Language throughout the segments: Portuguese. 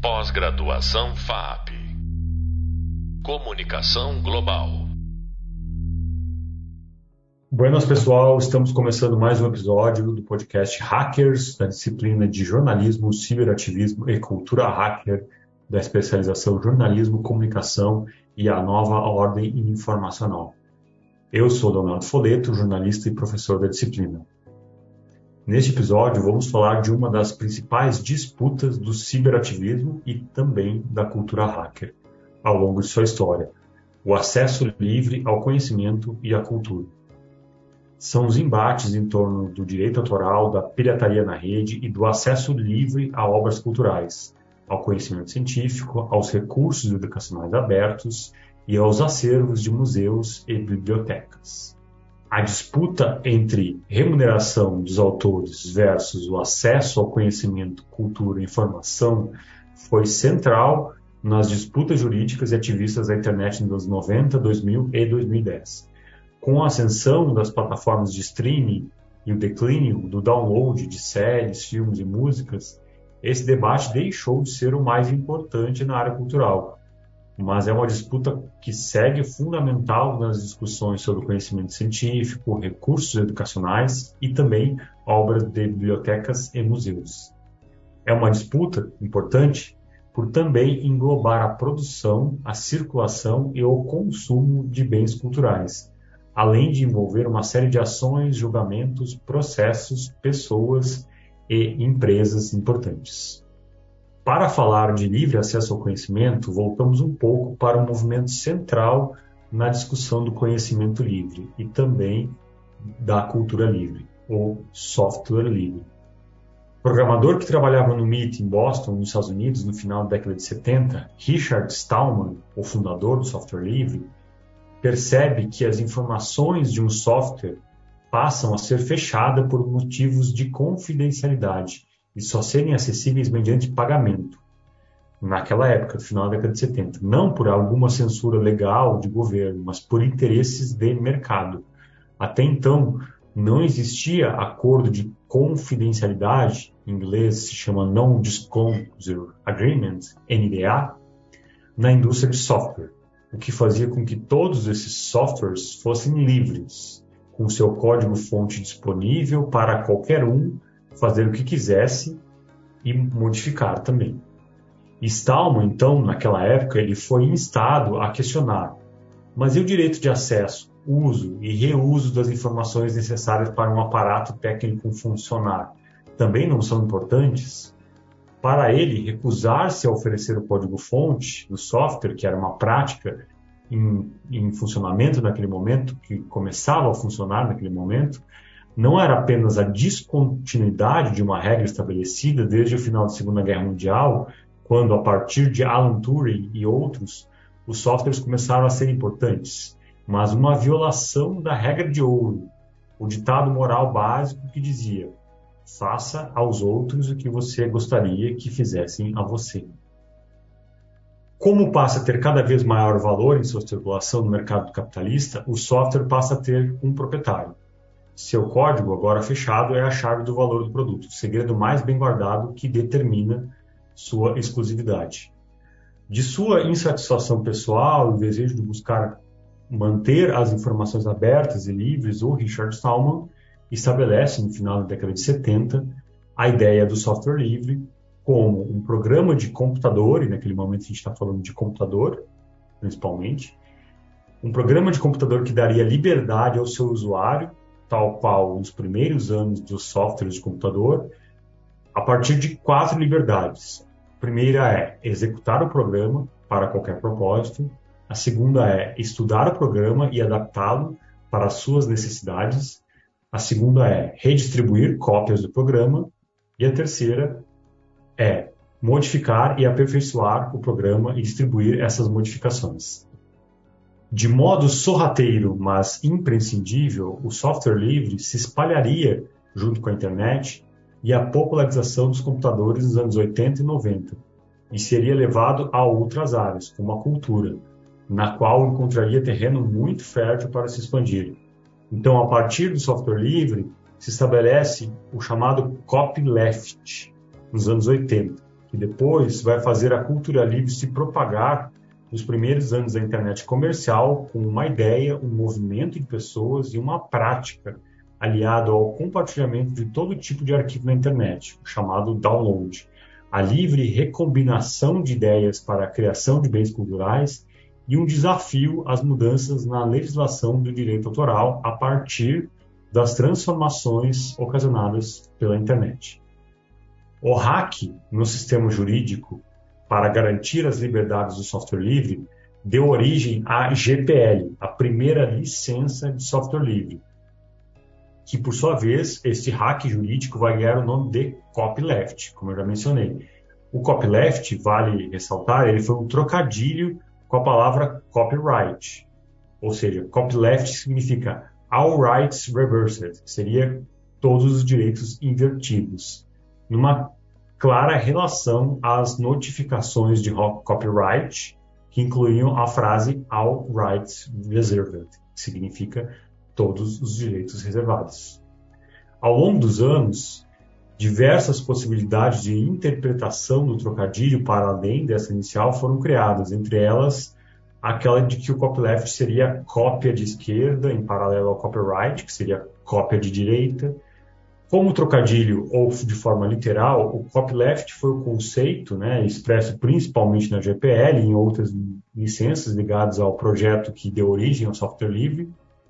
Pós-graduação FAP. Comunicação Global. Buenas, pessoal. Estamos começando mais um episódio do podcast Hackers, da disciplina de jornalismo, ciberativismo e cultura hacker, da especialização jornalismo, comunicação e a nova ordem informacional. Eu sou Leonardo Foleto, jornalista e professor da disciplina. Neste episódio, vamos falar de uma das principais disputas do ciberativismo e também da cultura hacker, ao longo de sua história: o acesso livre ao conhecimento e à cultura. São os embates em torno do direito autoral, da pirataria na rede e do acesso livre a obras culturais, ao conhecimento científico, aos recursos educacionais abertos e aos acervos de museus e bibliotecas. A disputa entre remuneração dos autores versus o acesso ao conhecimento, cultura e informação foi central nas disputas jurídicas e ativistas da internet nos anos 90, 2000 e 2010. Com a ascensão das plataformas de streaming e o declínio do download de séries, filmes e músicas, esse debate deixou de ser o mais importante na área cultural. Mas é uma disputa que segue fundamental nas discussões sobre o conhecimento científico, recursos educacionais e também obras de bibliotecas e museus. É uma disputa importante por também englobar a produção, a circulação e o consumo de bens culturais, além de envolver uma série de ações, julgamentos, processos, pessoas e empresas importantes. Para falar de livre acesso ao conhecimento, voltamos um pouco para um movimento central na discussão do conhecimento livre e também da cultura livre, ou software livre. O programador que trabalhava no MIT em Boston, nos Estados Unidos, no final da década de 70, Richard Stallman, o fundador do software livre, percebe que as informações de um software passam a ser fechadas por motivos de confidencialidade e só serem acessíveis mediante pagamento. Naquela época, no final da década de 70, não por alguma censura legal de governo, mas por interesses de mercado. Até então, não existia acordo de confidencialidade, em inglês se chama Non-Disclosure Agreement, NDA, na indústria de software, o que fazia com que todos esses softwares fossem livres, com seu código-fonte disponível para qualquer um fazer o que quisesse e modificar também. Stallman, então, naquela época, ele foi instado a questionar: mas e o direito de acesso, uso e reuso das informações necessárias para um aparato técnico funcionar? Também não são importantes? Para ele, recusar-se a oferecer o código-fonte do software, que era uma prática em funcionamento naquele momento, que começava a funcionar naquele momento, não era apenas a descontinuidade de uma regra estabelecida desde o final da Segunda Guerra Mundial, quando, a partir de Alan Turing e outros, os softwares começaram a ser importantes, mas uma violação da regra de ouro, o ditado moral básico que dizia: faça aos outros o que você gostaria que fizessem a você. Como passa a ter cada vez maior valor em sua circulação no mercado capitalista, o software passa a ter um proprietário. Seu código, agora fechado, é a chave do valor do produto, o segredo mais bem guardado que determina sua exclusividade. De sua insatisfação pessoal e o desejo de buscar manter as informações abertas e livres, o Richard Stallman estabelece, no final da década de 70, a ideia do software livre como um programa de computador, e naquele momento a gente está falando de computador, principalmente, um programa de computador que daria liberdade ao seu usuário, tal qual nos primeiros anos dos softwares de computador, a partir de 4 liberdades. A primeira é executar o programa para qualquer propósito. A segunda é estudar o programa e adaptá-lo para as suas necessidades. A segunda é redistribuir cópias do programa. E a terceira é modificar e aperfeiçoar o programa e distribuir essas modificações. De modo sorrateiro, mas imprescindível, o software livre se espalharia junto com a internet e a popularização dos computadores nos anos 80 e 90, e seria levado a outras áreas, como a cultura, na qual encontraria terreno muito fértil para se expandir. Então, a partir do software livre, se estabelece o chamado copyleft, nos anos 80, que depois vai fazer a cultura livre se propagar nos primeiros anos da internet comercial com uma ideia, um movimento de pessoas e uma prática aliado ao compartilhamento de todo tipo de arquivo na internet, o chamado download, a livre recombinação de ideias para a criação de bens culturais e um desafio às mudanças na legislação do direito autoral a partir das transformações ocasionadas pela internet. O hack no sistema jurídico para garantir as liberdades do software livre deu origem à GPL, a primeira licença de software livre, que, por sua vez, esse hack jurídico vai ganhar o nome de copyleft, como eu já mencionei. O copyleft, vale ressaltar, ele foi um trocadilho com a palavra copyright, ou seja, copyleft significa all rights reversed, seria todos os direitos invertidos, numa clara relação às notificações de copyright, que incluíam a frase all rights reserved, que significa todos os direitos reservados. Ao longo dos anos, diversas possibilidades de interpretação do trocadilho para além dessa inicial foram criadas, entre elas aquela de que o copyleft seria cópia de esquerda em paralelo ao copyright, que seria cópia de direita. Como trocadilho ou de forma literal, o copyleft foi o conceito, expresso principalmente na GPL e em outras licenças ligadas ao projeto que deu origem ao software livre,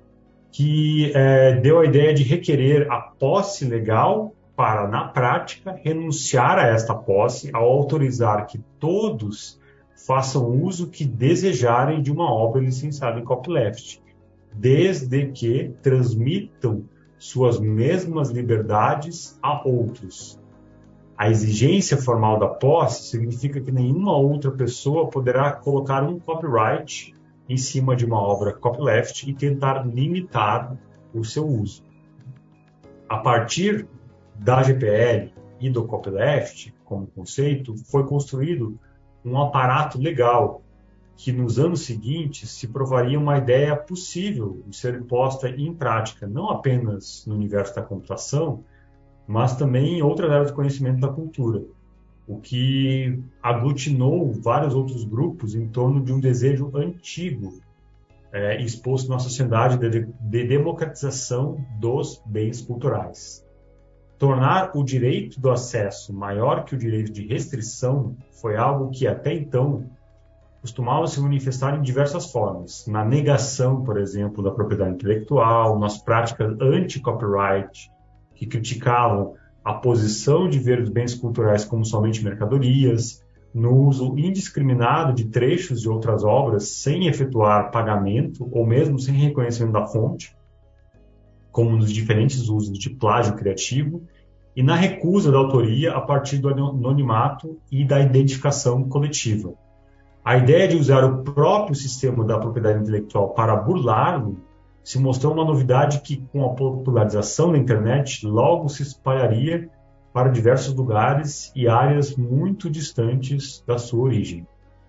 que deu a ideia de requerer a posse legal para, na prática, renunciar a esta posse ao autorizar que todos façam o uso que desejarem de uma obra licenciada em copyleft, desde que transmitam suas mesmas liberdades a outros. A exigência formal da posse significa que nenhuma outra pessoa poderá colocar um copyright em cima de uma obra copyleft e tentar limitar o seu uso. A partir da GPL e do copyleft, como conceito, foi construído um aparato legal que nos anos seguintes se provaria uma ideia possível de ser posta em prática, não apenas no universo da computação, mas também em outras áreas de conhecimento da cultura, o que aglutinou vários outros grupos em torno de um desejo antigo exposto na sociedade de democratização dos bens culturais. Tornar o direito do acesso maior que o direito de restrição foi algo que, até então, costumava se manifestar em diversas formas. Na negação, por exemplo, da propriedade intelectual, nas práticas anti-copyright, que criticavam a posição de ver os bens culturais como somente mercadorias, no uso indiscriminado de trechos de outras obras sem efetuar pagamento ou mesmo sem reconhecimento da fonte, como nos diferentes usos de plágio criativo, e na recusa da autoria a partir do anonimato e da identificação coletiva. A ideia de usar o próprio sistema da propriedade intelectual para burlá-lo se mostrou uma novidade que, com a popularização da internet, logo se espalharia para diversos lugares e áreas muito distantes da sua origem.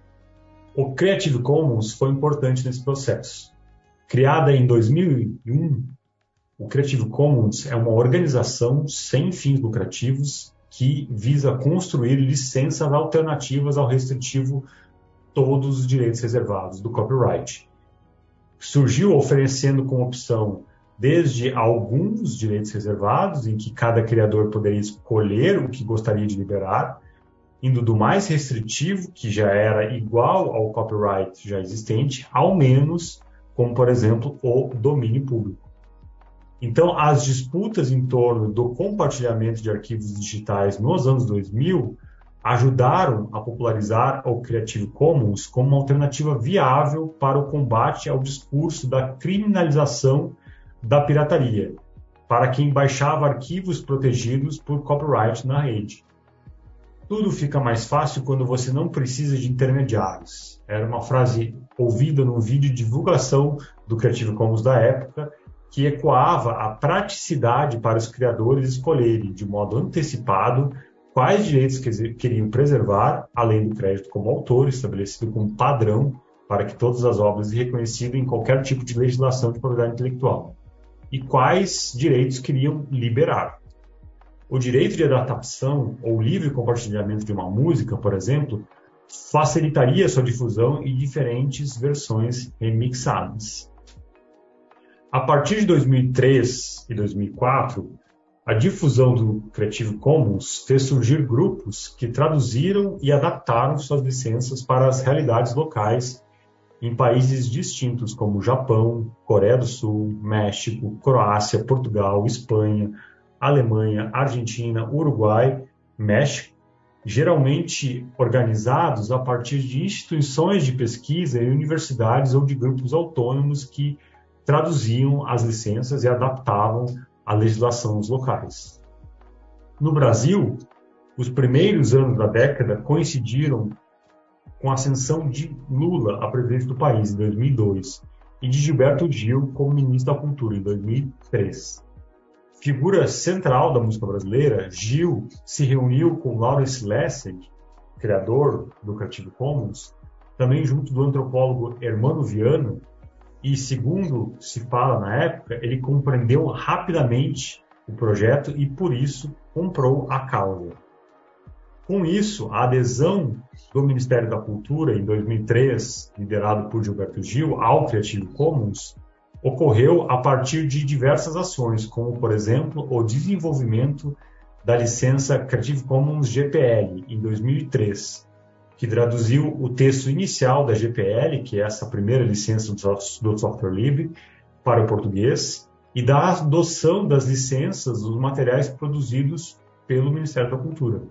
O Creative Commons foi importante nesse processo. Criada em 2001, o Creative Commons é uma organização sem fins lucrativos que visa construir licenças alternativas ao restritivo todos os direitos reservados do copyright. Surgiu oferecendo como opção desde alguns direitos reservados, em que cada criador poderia escolher o que gostaria de liberar, indo do mais restritivo, que já era igual ao copyright já existente, ao menos, como, por exemplo, o domínio público. Então, as disputas em torno do compartilhamento de arquivos digitais nos anos 2000 ajudaram a popularizar o Creative Commons como uma alternativa viável para o combate ao discurso da criminalização da pirataria, para quem baixava arquivos protegidos por copyright na rede. Tudo fica mais fácil quando você não precisa de intermediários. Era uma frase ouvida num vídeo de divulgação do Creative Commons da época, que ecoava a praticidade para os criadores escolherem, de modo antecipado, quais direitos queriam preservar, além do crédito como autor, estabelecido como padrão para que todas as obras reconhecidas em qualquer tipo de legislação de propriedade intelectual, e quais direitos queriam liberar. o direito de adaptação ou livre compartilhamento de uma música, por exemplo, facilitaria sua difusão em diferentes versões remixadas. A partir de 2003 e 2004, a difusão do Creative Commons fez surgir grupos que traduziram e adaptaram suas licenças para as realidades locais em países distintos como Japão, Coreia do Sul, México, Croácia, Portugal, Espanha, Alemanha, Argentina, Uruguai, México, geralmente organizados a partir de instituições de pesquisa e universidades ou de grupos autônomos que traduziam as licenças e adaptavam a legislação dos locais. No Brasil, os primeiros anos da década coincidiram com a ascensão de Lula à presidência do país, em 2002, e de Gilberto Gil como ministro da Cultura, em 2003. Figura central da música brasileira, Gil se reuniu com Lawrence Lessig, criador do Creative Commons, também junto do antropólogo Hermano Viana, e, segundo se fala na época, ele compreendeu rapidamente o projeto e, por isso, comprou a causa. Com isso, a adesão do Ministério da Cultura, em 2003, liderado por Gilberto Gil, ao Creative Commons, ocorreu a partir de diversas ações, como, por exemplo, o desenvolvimento da licença Creative Commons GPL, em 2003, que traduziu o texto inicial da GPL, que é essa primeira licença do software livre, para o português, e da adoção das licenças dos materiais produzidos pelo Ministério da Cultura.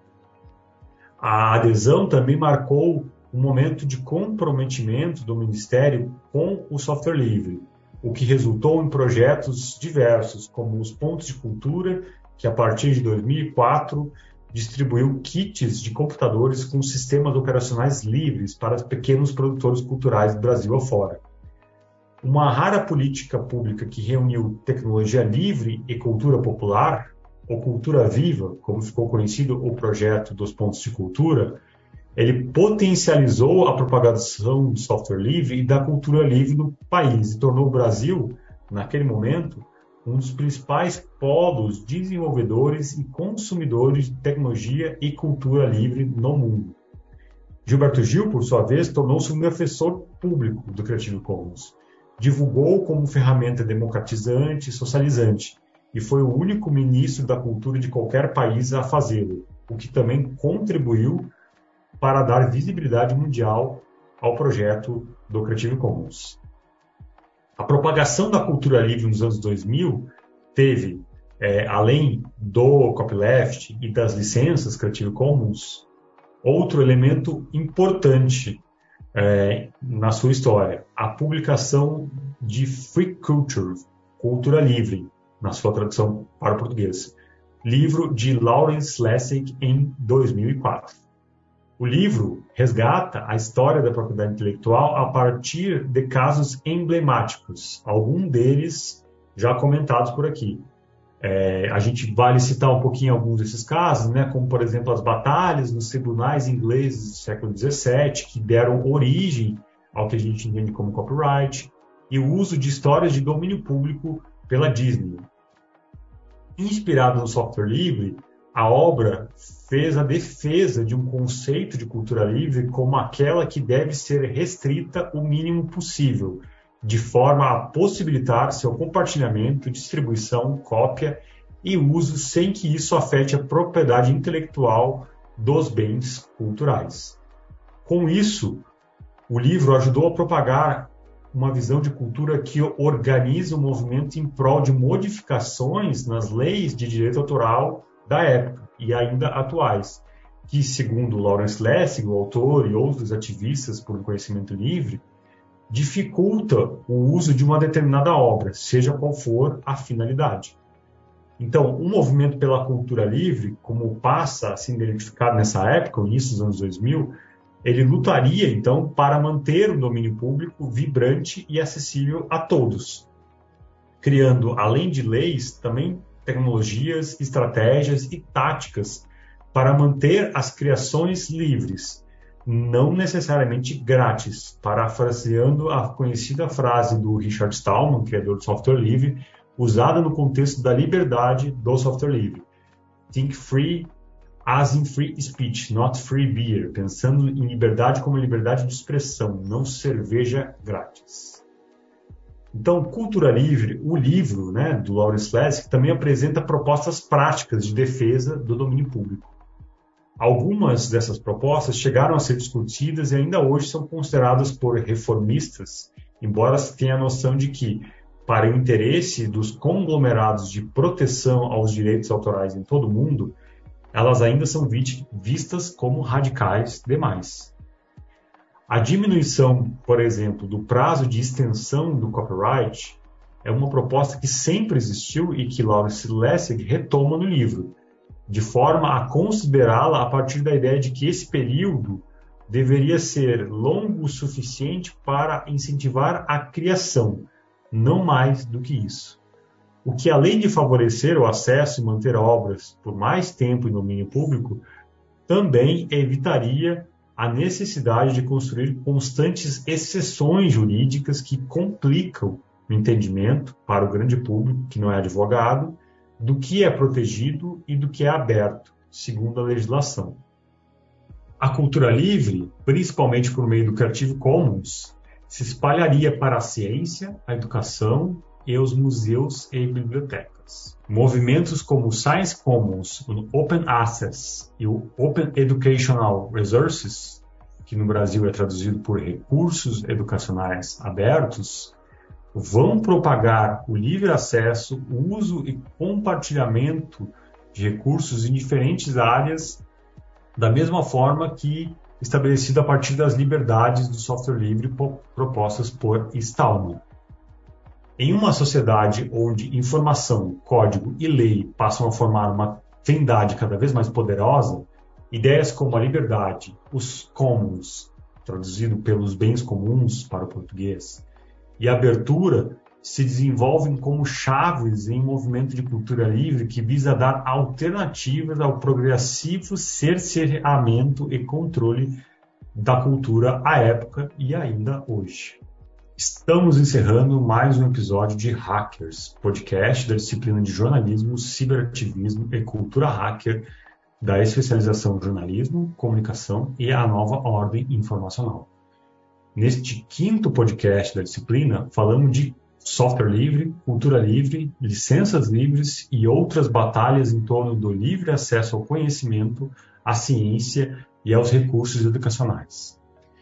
A adesão também marcou um momento de comprometimento do Ministério com o software livre, o que resultou em projetos diversos, como os Pontos de Cultura, que a partir de 2004 distribuiu kits de computadores com sistemas operacionais livres para pequenos produtores culturais do Brasil afora. Uma rara política pública que reuniu tecnologia livre e cultura popular, ou cultura viva, como ficou conhecido o projeto dos Pontos de Cultura, ele potencializou a propagação do software livre e da cultura livre no país e tornou o Brasil, naquele momento, um dos principais polos desenvolvedores e consumidores de tecnologia e cultura livre no mundo. Gilberto Gil, por sua vez, tornou-se um defensor público do Creative Commons. Divulgou como ferramenta democratizante e socializante, e foi o único ministro da cultura de qualquer país a fazê-lo, o que também contribuiu para dar visibilidade mundial ao projeto do Creative Commons. A propagação da cultura livre nos anos 2000 teve, além do copyleft e das licenças Creative Commons, outro elemento importante na sua história, a publicação de Free Culture, Cultura Livre, na sua tradução para o português, livro de Lawrence Lessig em 2004. O livro resgata a história da propriedade intelectual a partir de casos emblemáticos, alguns deles já comentados por aqui. A gente vale citar um pouquinho alguns desses casos, né, como, por exemplo, as batalhas nos tribunais ingleses do século XVII, que deram origem ao que a gente entende como copyright, e o uso de histórias de domínio público pela Disney. Inspirado no software livre, a obra fez a defesa de um conceito de cultura livre como aquela que deve ser restrita o mínimo possível, de forma a possibilitar seu compartilhamento, distribuição, cópia e uso sem que isso afete a propriedade intelectual dos bens culturais. Com isso, o livro ajudou a propagar uma visão de cultura que organiza o movimento em prol de modificações nas leis de direito autoral da época e ainda atuais, que, segundo Lawrence Lessig, o autor e outros ativistas por conhecimento livre, dificulta o uso de uma determinada obra, seja qual for a finalidade. Então, o movimento pela cultura livre, como passa a se identificar nessa época, no início dos anos 2000, ele lutaria, então, para manter o domínio público vibrante e acessível a todos, criando, além de leis, também tecnologias, estratégias e táticas para manter as criações livres, não necessariamente grátis, parafraseando a conhecida frase do Richard Stallman, criador do software livre, usada no contexto da liberdade do software livre. Think free as in free speech, not free beer, pensando em liberdade como liberdade de expressão, não cerveja grátis. Então, Cultura Livre, o livro, né, do Lawrence Lessig, também apresenta propostas práticas de defesa do domínio público. Algumas dessas propostas chegaram a ser discutidas e ainda hoje são consideradas por reformistas, embora se tenha a noção de que, para o interesse dos conglomerados de proteção aos direitos autorais em todo o mundo, elas ainda são vistas como radicais demais. A diminuição, por exemplo, do prazo de extensão do copyright é uma proposta que sempre existiu e que Lawrence Lessig retoma no livro, de forma a considerá-la a partir da ideia de que esse período deveria ser longo o suficiente para incentivar a criação, não mais do que isso. O que, além de favorecer o acesso e manter obras por mais tempo em domínio público, também evitaria a necessidade de construir constantes exceções jurídicas que complicam o entendimento para o grande público, que não é advogado, do que é protegido e do que é aberto, segundo a legislação. A cultura livre, principalmente por meio do Creative Commons, se espalharia para a ciência, a educação e os museus e bibliotecas. Movimentos como o Science Commons, o Open Access e o Open Educational Resources, que no Brasil é traduzido por recursos educacionais abertos, vão propagar o livre acesso, o uso e compartilhamento de recursos em diferentes áreas, da mesma forma que estabelecido a partir das liberdades do software livre propostas por Stallman. Em uma sociedade onde informação, código e lei passam a formar uma trindade cada vez mais poderosa, ideias como a liberdade, os commons, traduzido pelos bens comuns para o português, e a abertura se desenvolvem como chaves em um movimento de cultura livre que visa dar alternativas ao progressivo cerceamento e controle da cultura à época e ainda hoje. Estamos encerrando mais um episódio de Hackers, podcast da disciplina de jornalismo, ciberativismo e cultura hacker da especialização jornalismo, comunicação e a nova ordem informacional. Neste quinto podcast da disciplina, falamos de software livre, cultura livre, licenças livres e outras batalhas em torno do livre acesso ao conhecimento, à ciência e aos recursos educacionais.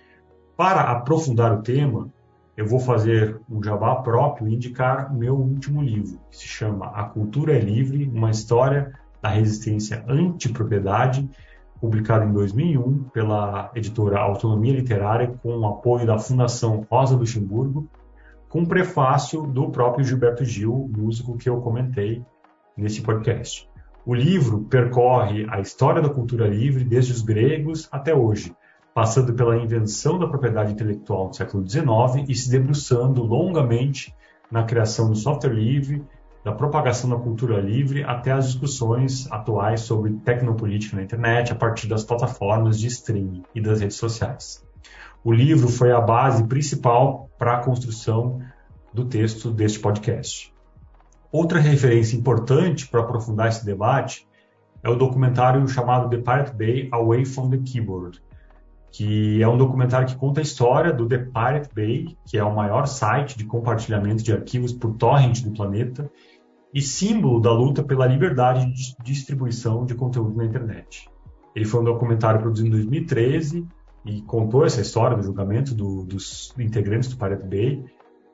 Para aprofundar o tema, eu vou fazer um jabá próprio e indicar meu último livro, que se chama A Cultura é Livre, uma história da resistência antipropriedade, publicado em 2001 pela editora Autonomia Literária, com o apoio da Fundação Rosa Luxemburgo, com prefácio do próprio Gilberto Gil, músico que eu comentei nesse podcast. O livro percorre a história da cultura livre desde os gregos até hoje, passando pela invenção da propriedade intelectual no século XIX e se debruçando longamente na criação do software livre, da propagação da cultura livre até as discussões atuais sobre tecnopolítica na internet a partir das plataformas de streaming e das redes sociais. O livro foi a base principal para a construção do texto deste podcast. Outra referência importante para aprofundar esse debate é o documentário chamado The Pirate Bay Away from the Keyboard, que é um documentário que conta a história do The Pirate Bay, que é o maior site de compartilhamento de arquivos por torrent do planeta e símbolo da luta pela liberdade de distribuição de conteúdo na internet. Ele foi um documentário produzido em 2013 e contou essa história do julgamento dos integrantes do Pirate Bay.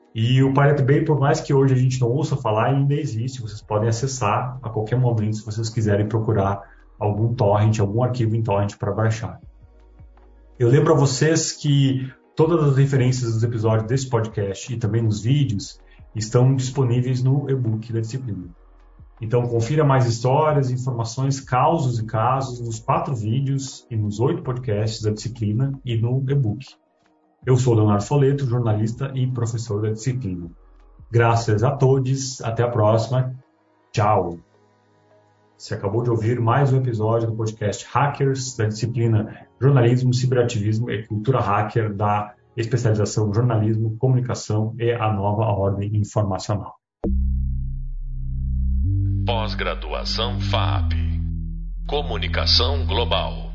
E o Pirate Bay, por mais que hoje a gente não ouça falar, ainda existe. Vocês podem acessar a qualquer momento se vocês quiserem procurar algum torrent, algum arquivo em torrent para baixar. Eu lembro a vocês que todas as referências dos episódios desse podcast e também nos vídeos estão disponíveis no e-book da disciplina. Então, confira mais histórias, informações, causos e casos nos 4 vídeos e nos 8 podcasts da disciplina e no e-book. Eu sou Leonardo Foleto, jornalista e professor da disciplina. Graças a todos, até a próxima. Tchau! Você acabou de ouvir mais um episódio do podcast Hackers, da disciplina Jornalismo, Ciberativismo e Cultura Hacker, da especialização Jornalismo, Comunicação e a Nova Ordem Informacional. Pós-graduação FAP. Comunicação Global.